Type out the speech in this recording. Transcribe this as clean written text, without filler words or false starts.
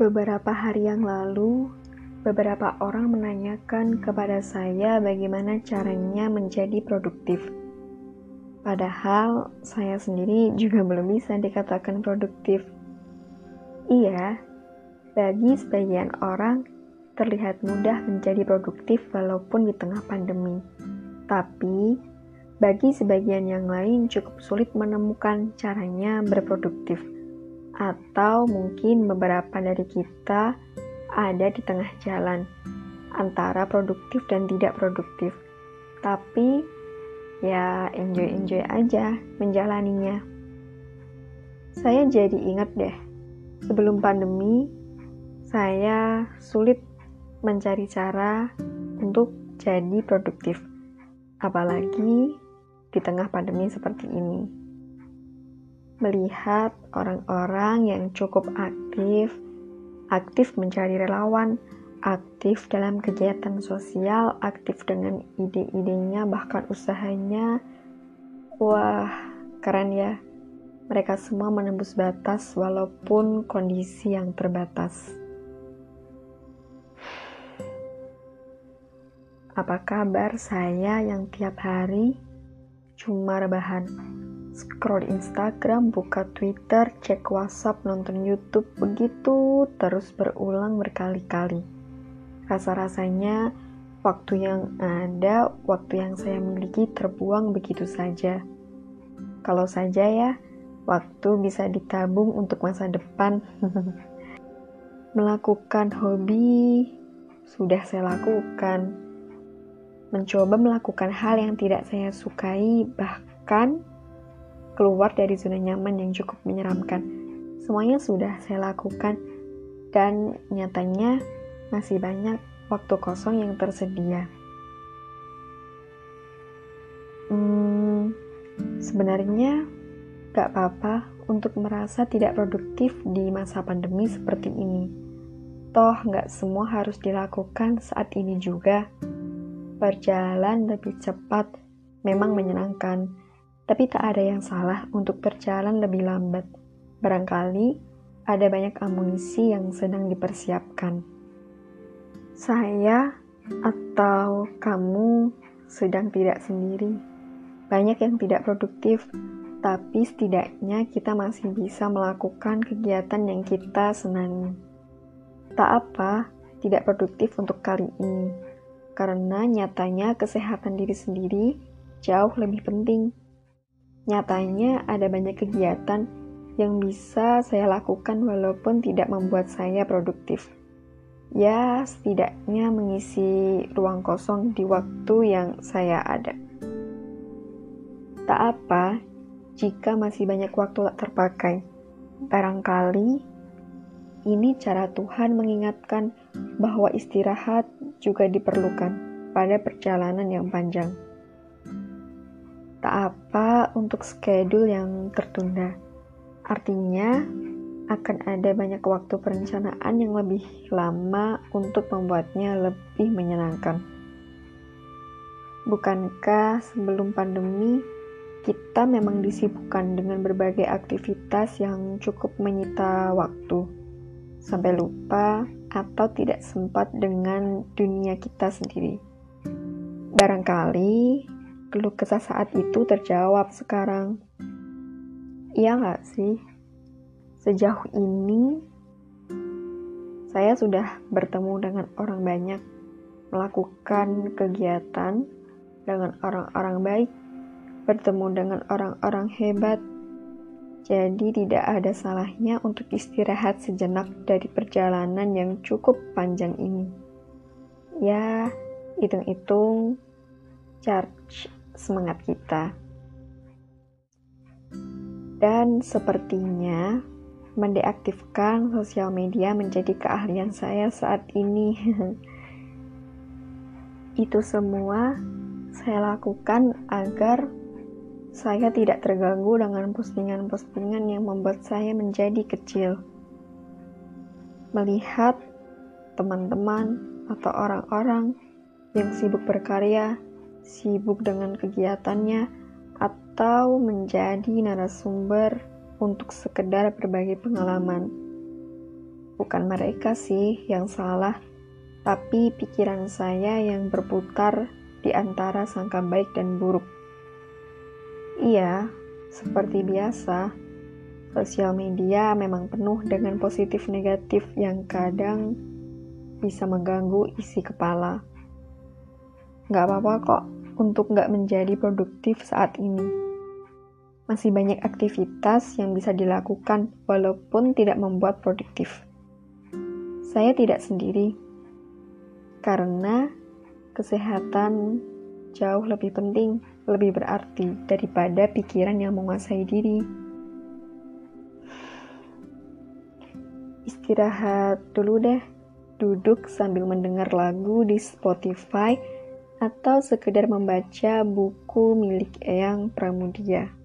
Beberapa hari yang lalu, beberapa orang menanyakan kepada saya bagaimana caranya menjadi produktif. Padahal saya sendiri juga belum bisa dikatakan produktif. Iya, bagi sebagian orang terlihat mudah menjadi produktif walaupun di tengah pandemi. Tapi, bagi sebagian yang lain cukup sulit menemukan caranya berproduktif. Atau mungkin beberapa dari kita ada di tengah jalan antara produktif dan tidak produktif. Tapi ya enjoy aja menjalaninya. Saya jadi ingat deh, sebelum pandemi saya sulit mencari cara untuk jadi produktif. Apalagi di tengah pandemi seperti ini. Melihat orang-orang yang cukup aktif mencari relawan, aktif dalam kegiatan sosial, aktif dengan ide-idenya, bahkan usahanya. Wah, keren ya. Mereka semua menembus batas walaupun kondisi yang terbatas. Apa kabar saya yang tiap hari cuma rebahan? Scroll Instagram, buka Twitter, cek WhatsApp, nonton YouTube, begitu terus berulang berkali-kali. Rasa-rasanya waktu yang ada, waktu yang saya miliki terbuang begitu saja. Kalau saja ya, waktu bisa ditabung untuk masa depan. Melakukan hobi sudah saya lakukan. Mencoba melakukan hal yang tidak saya sukai, bahkan keluar dari zona nyaman yang cukup menyeramkan. Semuanya sudah saya lakukan dan nyatanya masih banyak waktu kosong yang tersedia. Sebenarnya gak apa-apa untuk merasa tidak produktif di masa pandemi seperti ini. Toh gak semua harus dilakukan saat ini juga. Berjalan lebih cepat memang menyenangkan. Tapi tak ada yang salah untuk berjalan lebih lambat. Barangkali ada banyak amunisi yang sedang dipersiapkan. Saya atau kamu sedang tidak sendiri. Banyak yang tidak produktif, tapi setidaknya kita masih bisa melakukan kegiatan yang kita senangi. Tak apa, tidak produktif untuk kali ini. Karena nyatanya kesehatan diri sendiri jauh lebih penting. Nyatanya ada banyak kegiatan yang bisa saya lakukan walaupun tidak membuat saya produktif. Ya, setidaknya mengisi ruang kosong di waktu yang saya ada. Tak apa jika masih banyak waktu tak terpakai. Barangkali ini cara Tuhan mengingatkan bahwa istirahat juga diperlukan pada perjalanan yang panjang. Tak apa untuk schedule yang tertunda. Artinya, akan ada banyak waktu perencanaan yang lebih lama untuk membuatnya lebih menyenangkan. Bukankah sebelum pandemi, kita memang disibukkan dengan berbagai aktivitas yang cukup menyita waktu, sampai lupa atau tidak sempat dengan dunia kita sendiri. Barangkali keluh kesah saat itu terjawab sekarang. Iya gak sih? Sejauh ini, saya sudah bertemu dengan orang banyak, melakukan kegiatan dengan orang-orang baik, bertemu dengan orang-orang hebat. Jadi tidak ada salahnya untuk istirahat sejenak dari perjalanan yang cukup panjang ini. Ya, hitung-hitung, charge semangat kita. Dan sepertinya mendeaktifkan sosial media menjadi keahlian saya saat ini. Itu semua saya lakukan agar saya tidak terganggu dengan postingan-postingan yang membuat saya menjadi kecil. Melihat teman-teman atau orang-orang yang sibuk berkarya, sibuk dengan kegiatannya, atau menjadi narasumber untuk sekedar berbagi pengalaman. Bukan mereka sih yang salah, tapi pikiran saya yang berputar di antara sangka baik dan buruk. Iya, seperti biasa, sosial media memang penuh dengan positif negatif yang kadang bisa mengganggu isi kepala. Gak apa-apa kok untuk gak menjadi produktif saat ini. Masih banyak aktivitas yang bisa dilakukan walaupun tidak membuat produktif. Saya tidak sendiri, karena kesehatan jauh lebih penting, lebih berarti daripada pikiran yang menguasai diri. Istirahat dulu deh, duduk sambil mendengar lagu di Spotify atau sekedar membaca buku milik Eyang Pramudia.